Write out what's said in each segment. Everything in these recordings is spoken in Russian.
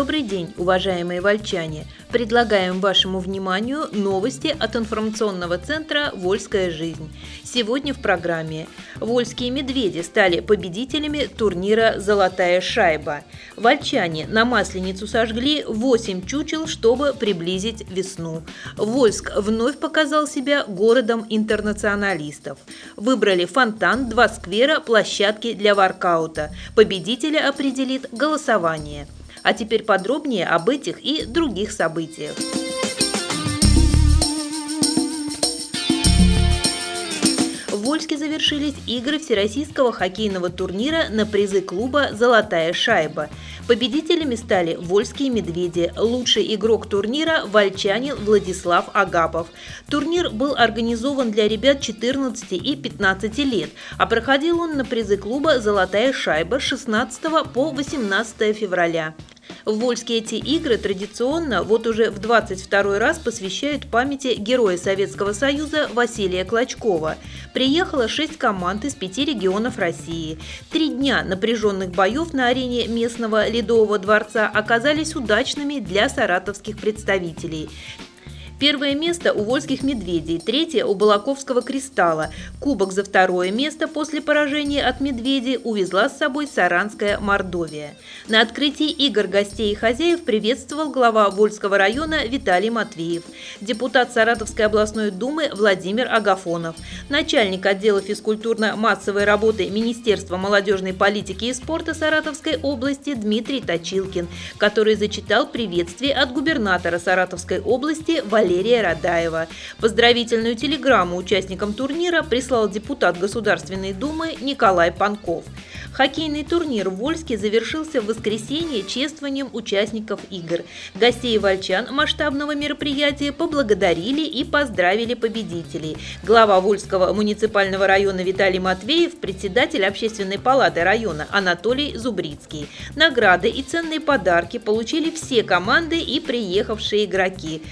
Добрый день, уважаемые вольчане! Предлагаем вашему вниманию новости от информационного центра «Вольская жизнь». Сегодня в программе вольские медведи стали победителями турнира «Золотая шайба». Вольчане на Масленицу сожгли 8 чучел, чтобы приблизить весну. Вольск вновь показал себя городом интернационалистов. Выбрали фонтан, 2 сквера, площадки для воркаута. Победителя определит голосование. А теперь подробнее об этих и других событиях. В Вольске завершились игры всероссийского хоккейного турнира на призы клуба «Золотая шайба». Победителями стали вольские медведи. Лучший игрок турнира – вольчанин Владислав Агапов. Турнир был организован для ребят 14 и 15 лет, а проходил он на призы клуба «Золотая шайба» с 16 по 18 февраля. В Вольске эти игры традиционно вот уже в 22-й раз посвящают памяти героя Советского Союза Василия Клочкова. Приехало 6 команд из 5 регионов России. 3 дня напряженных боев на арене местного Ледового дворца оказались удачными для саратовских представителей. Первое место у вольских медведей, третье у Балаковского кристалла. Кубок за второе место после поражения от медведей увезла с собой саранская Мордовия. На открытии игр гостей и хозяев приветствовал глава Вольского района Виталий Матвеев, депутат Саратовской областной думы Владимир Агафонов, начальник отдела физкультурно-массовой работы Министерства молодежной политики и спорта Саратовской области Дмитрий Точилкин, который зачитал приветствие от губернатора Саратовской области Валерия Радаева. Поздравительную телеграмму участникам турнира прислал депутат Государственной Думы Николай Панков. Хоккейный турнир в Вольске завершился в воскресенье чествованием участников игр. Гостей и вольчан масштабного мероприятия поблагодарили и поздравили победителей. Глава Вольского муниципального района Виталий Матвеев, председатель Общественной палаты района Анатолий Зубрицкий. Награды и ценные подарки получили все команды и приехавшие игроки.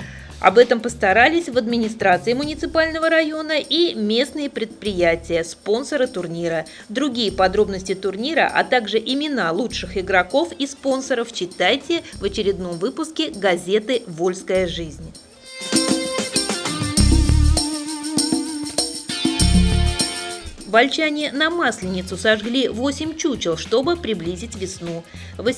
Об этом постарались в администрации муниципального района и местные предприятия, спонсоры турнира. Другие подробности турнира, а также имена лучших игроков и спонсоров читайте в очередном выпуске газеты «Вольская жизнь». Вольчане на Масленицу сожгли 8 чучел, чтобы приблизить весну.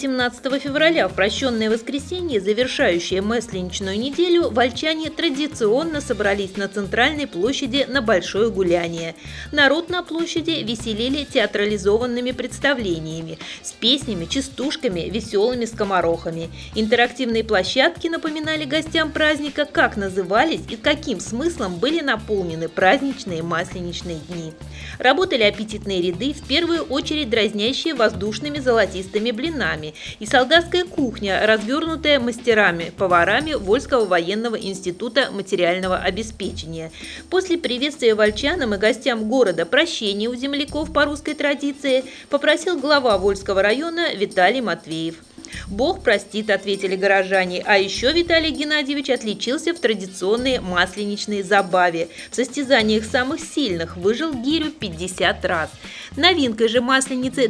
18 февраля, в прощенное воскресенье, завершающее масленичную неделю, вольчане традиционно собрались на центральной площади на большое гуляние. Народ на площади веселили театрализованными представлениями, с песнями, частушками, веселыми скоморохами. Интерактивные площадки напоминали гостям праздника, как назывались и каким смыслом были наполнены праздничные масленичные дни. Работали аппетитные ряды, в первую очередь дразнящие воздушными золотистыми блинами, и солдатская кухня, развернутая мастерами-поварами Вольского военного института материального обеспечения. После приветствия вольчанам и гостям города прощения у земляков по русской традиции попросил глава Вольского района Виталий Матвеев. «Бог простит», – ответили горожане, а еще Виталий Геннадьевич отличился в традиционной масленичной забаве. В состязаниях самых сильных выжил гирю 50 раз. Новинкой же Масленицы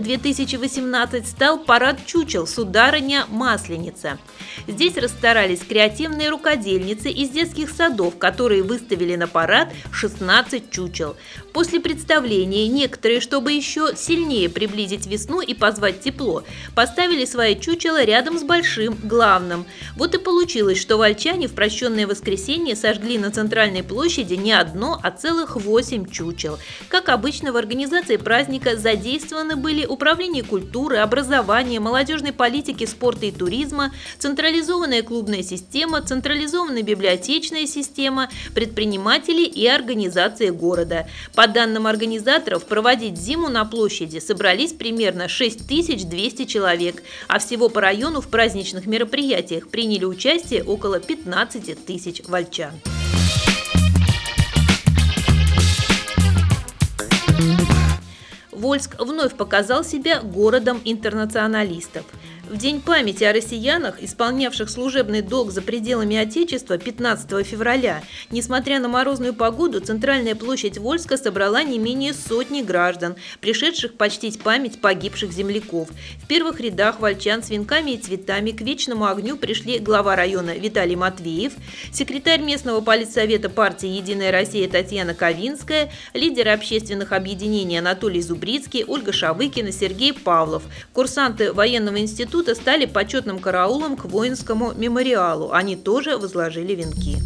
2018 стал парад чучел «Сударыня Масленица». Здесь расстарались креативные рукодельницы из детских садов, которые выставили на парад 16 чучел. После представления некоторые, чтобы еще сильнее приблизить весну и позвать тепло, поставили свои чучела рядом с большим, главным. Вот и получилось, что вольчане в прощенное воскресенье сожгли на центральной площади не одно, а целых 8 чучел. Как обычно, в организации праздника задействованы были Управление культуры, образования, молодежной политики, спорта и туризма, централизованная клубная система, централизованная библиотечная система, предприниматели и организации города. По данным организаторов, проводить зиму на площади собрались примерно 6200 человек, а всего по району в праздничных мероприятиях приняли участие около 15 тысяч вольчан. Вольск вновь показал себя городом интернационалистов. В День памяти о россиянах, исполнявших служебный долг за пределами Отечества 15 февраля, несмотря на морозную погоду, центральная площадь Вольска собрала не менее сотни граждан, пришедших почтить память погибших земляков. В первых рядах вольчан с венками и цветами к вечному огню пришли глава района Виталий Матвеев, секретарь местного политсовета партии «Единая Россия» Татьяна Ковинская, лидеры общественных объединений Анатолий Зубрицкий, Ольга Шавыкина, Сергей Павлов. Курсанты военного института стали почетным караулом к воинскому мемориалу. Они тоже возложили венки.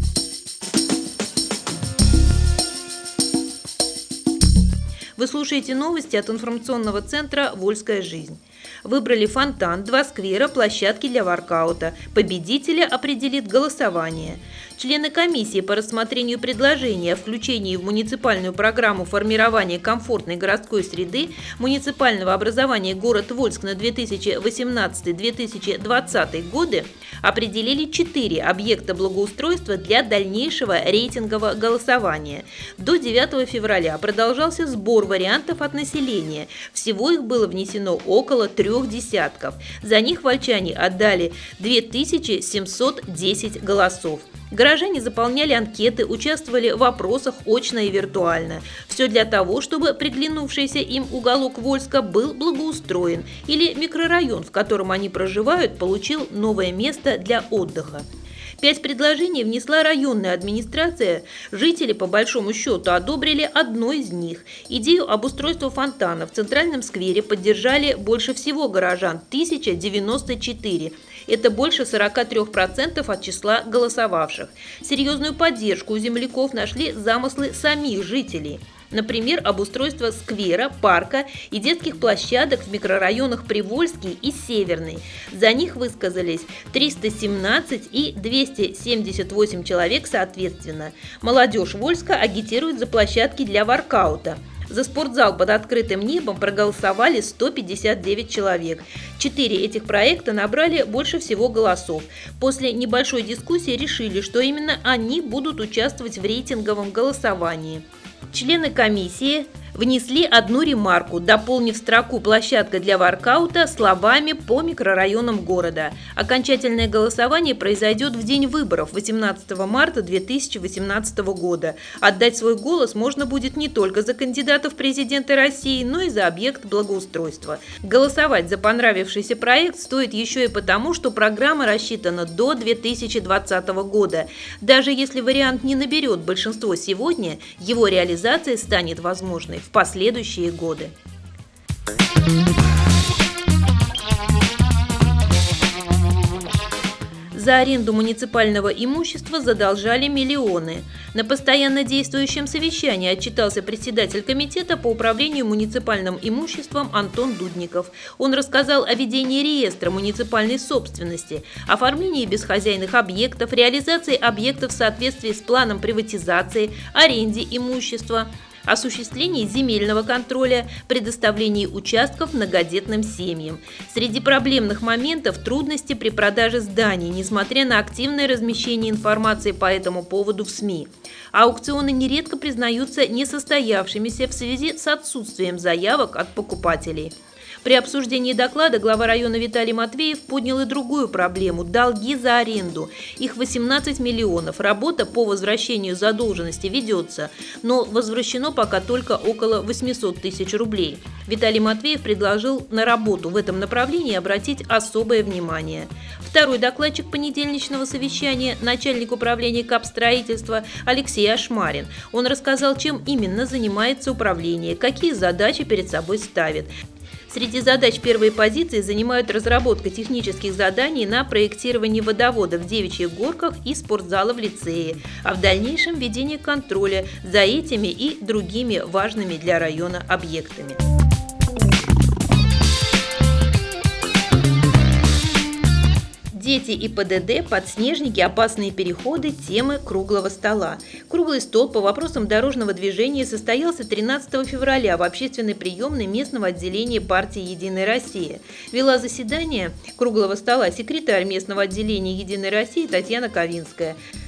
Вы слушаете новости от информационного центра «Вольская жизнь». Выбрали фонтан, 2 сквера, площадки для воркаута. Победителя определит голосование. Члены комиссии по рассмотрению предложения о включении в муниципальную программу формирования комфортной городской среды муниципального образования город Вольск на 2018-2020 годы определили 4 объекта благоустройства для дальнейшего рейтингового голосования. До 9 февраля продолжался сбор вариантов от населения. Всего их было внесено около 3 десятков. За них вольчане отдали 2710 голосов. Горожане заполняли анкеты, участвовали в вопросах очно и виртуально. Все для того, чтобы приглянувшийся им уголок Вольска был благоустроен или микрорайон, в котором они проживают, получил новое место для отдыха. 5 предложений внесла районная администрация. Жители, по большому счету, одобрили одно из них. Идею обустройства фонтана в центральном сквере поддержали больше всего горожан – 1094. Это больше 43% от числа голосовавших. Серьезную поддержку у земляков нашли замыслы самих жителей. Например, обустройство сквера, парка и детских площадок в микрорайонах Привольский и Северный. За них высказались 317 и 278 человек соответственно. Молодежь Вольска агитирует за площадки для воркаута. За спортзал под открытым небом проголосовали 159 человек. 4 этих проекта набрали больше всего голосов. После небольшой дискуссии решили, что именно они будут участвовать в рейтинговом голосовании. Члены комиссии внесли одну ремарку, дополнив строку «Площадка для воркаута» словами «по микрорайонам города». Окончательное голосование произойдет в день выборов 18 марта 2018 года. Отдать свой голос можно будет не только за кандидата в президенты России, но и за объект благоустройства. Голосовать за понравившийся проект стоит еще и потому, что программа рассчитана до 2020 года. Даже если вариант не наберет большинство сегодня, его реализация станет возможной в последующие годы. За аренду муниципального имущества задолжали миллионы. На постоянно действующем совещании отчитался председатель комитета по управлению муниципальным имуществом Антон Дудников. Он рассказал о ведении реестра муниципальной собственности, оформлении бесхозяйных объектов, реализации объектов в соответствии с планом приватизации, аренде имущества, осуществлении земельного контроля, предоставлении участков многодетным семьям. Среди проблемных моментов – трудности при продаже зданий, несмотря на активное размещение информации по этому поводу в СМИ. Аукционы нередко признаются несостоявшимися в связи с отсутствием заявок от покупателей. При обсуждении доклада глава района Виталий Матвеев поднял и другую проблему – долги за аренду. Их 18 миллионов. Работа по возвращению задолженности ведется, но возвращено пока только около 800 тысяч рублей. Виталий Матвеев предложил на работу в этом направлении обратить особое внимание. Второй докладчик понедельничного совещания – начальник управления капстроительства Алексей Ашмарин. Он рассказал, чем именно занимается управление, какие задачи перед собой ставит. Среди задач первой позиции занимают разработка технических заданий на проектирование водовода в Девичьих Горках и спортзала в лицее, а в дальнейшем ведение контроля за этими и другими важными для района объектами. Дети и ПДД, подснежники, опасные переходы – темы круглого стола. Круглый стол по вопросам дорожного движения состоялся 13 февраля в общественной приемной местного отделения партии «Единая Россия». Вела заседание круглого стола секретарь местного отделения «Единой России» Татьяна Ковинская.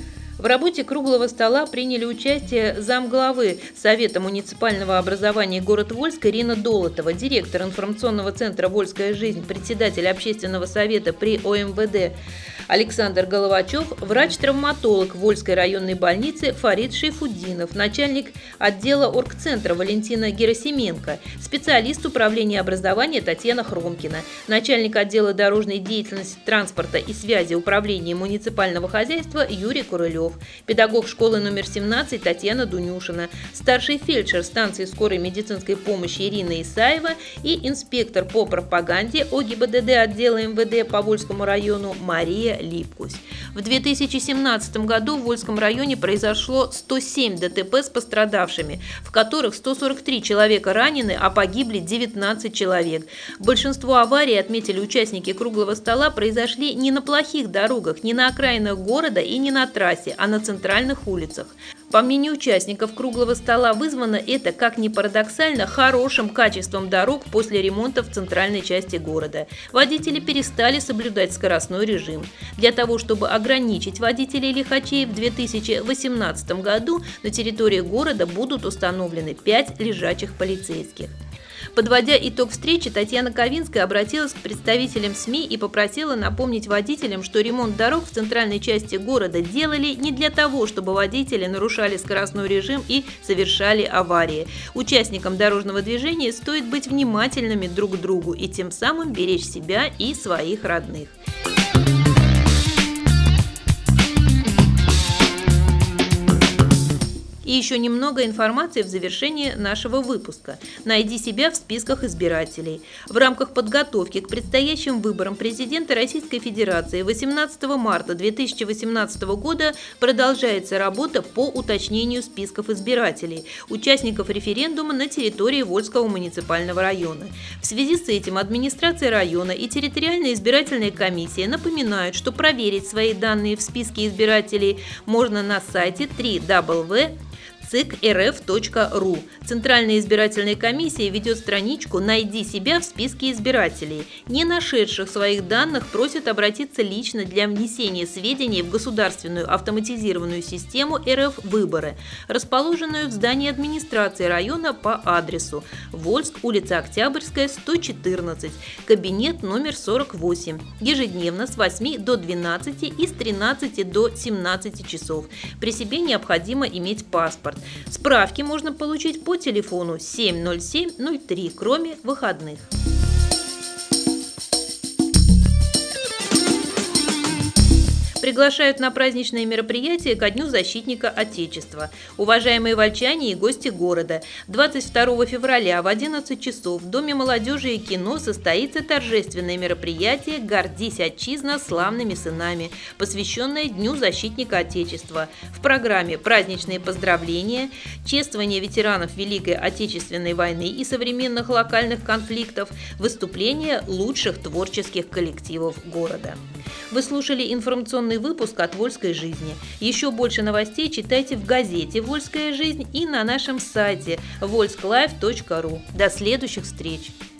В работе круглого стола приняли участие замглавы Совета муниципального образования город Вольск Ирина Долотова, директор информационного центра «Вольская жизнь», председатель общественного совета при ОМВД Александр Головачев, врач-травматолог Вольской районной больницы Фарид Шейфуддинов, начальник отдела оргцентра Валентина Герасименко, специалист управления образования Татьяна Хромкина, начальник отдела дорожной деятельности, транспорта и связи управления муниципального хозяйства Юрий Курылев, педагог школы номер 17 Татьяна Дунюшина, старший фельдшер станции скорой медицинской помощи Ирина Исаева и инспектор по пропаганде ОГИБДД отдела МВД по Вольскому району Мария Липкусь. В 2017 году в Вольском районе произошло 107 ДТП с пострадавшими, в которых 143 человека ранены, а погибли 19 человек. Большинство аварий, отметили участники круглого стола, произошли не на плохих дорогах, не на окраинах города и не на трассе, а на центральных улицах. По мнению участников круглого стола, вызвано это, как ни парадоксально, хорошим качеством дорог после ремонта в центральной части города. Водители перестали соблюдать скоростной режим. Для того, чтобы ограничить водителей лихачей, в 2018 году на территории города будут установлены 5 лежачих полицейских. Подводя итог встречи, Татьяна Ковинская обратилась к представителям СМИ и попросила напомнить водителям, что ремонт дорог в центральной части города делали не для того, чтобы водители нарушали скоростной режим и совершали аварии. Участникам дорожного движения стоит быть внимательными друг к другу и тем самым беречь себя и своих родных. И еще немного информации в завершении нашего выпуска. Найди себя в списках избирателей. В рамках подготовки к предстоящим выборам президента Российской Федерации 18 марта 2018 года продолжается работа по уточнению списков избирателей, участников референдума на территории Вольского муниципального района. В связи с этим администрация района и территориальная избирательная комиссия напоминают, что проверить свои данные в списке избирателей можно на сайте www.цик.рф.ру. Центральная избирательная комиссия ведет страничку «Найди себя в списке избирателей». Не нашедших своих данных просят обратиться лично для внесения сведений в государственную автоматизированную систему РФ «Выборы», расположенную в здании администрации района по адресу Вольск, улица Октябрьская, 114, кабинет номер 48, ежедневно с 8 до 12 и с 13 до 17 часов. При себе необходимо иметь паспорт. Справки можно получить по телефону 70703, кроме выходных. Приглашают на праздничные мероприятия ко Дню защитника Отечества. Уважаемые вольчане и гости города, 22 февраля в 11 часов в Доме молодежи и кино состоится торжественное мероприятие «Гордись, Отчизна, славными сынами», посвященное Дню защитника Отечества. В программе праздничные поздравления, чествование ветеранов Великой Отечественной войны и современных локальных конфликтов, выступления лучших творческих коллективов города. Вы слушали информационный выпуск от «Вольской жизни». Еще больше новостей читайте в газете «Вольская жизнь» и на нашем сайте volsklife.ru. До следующих встреч!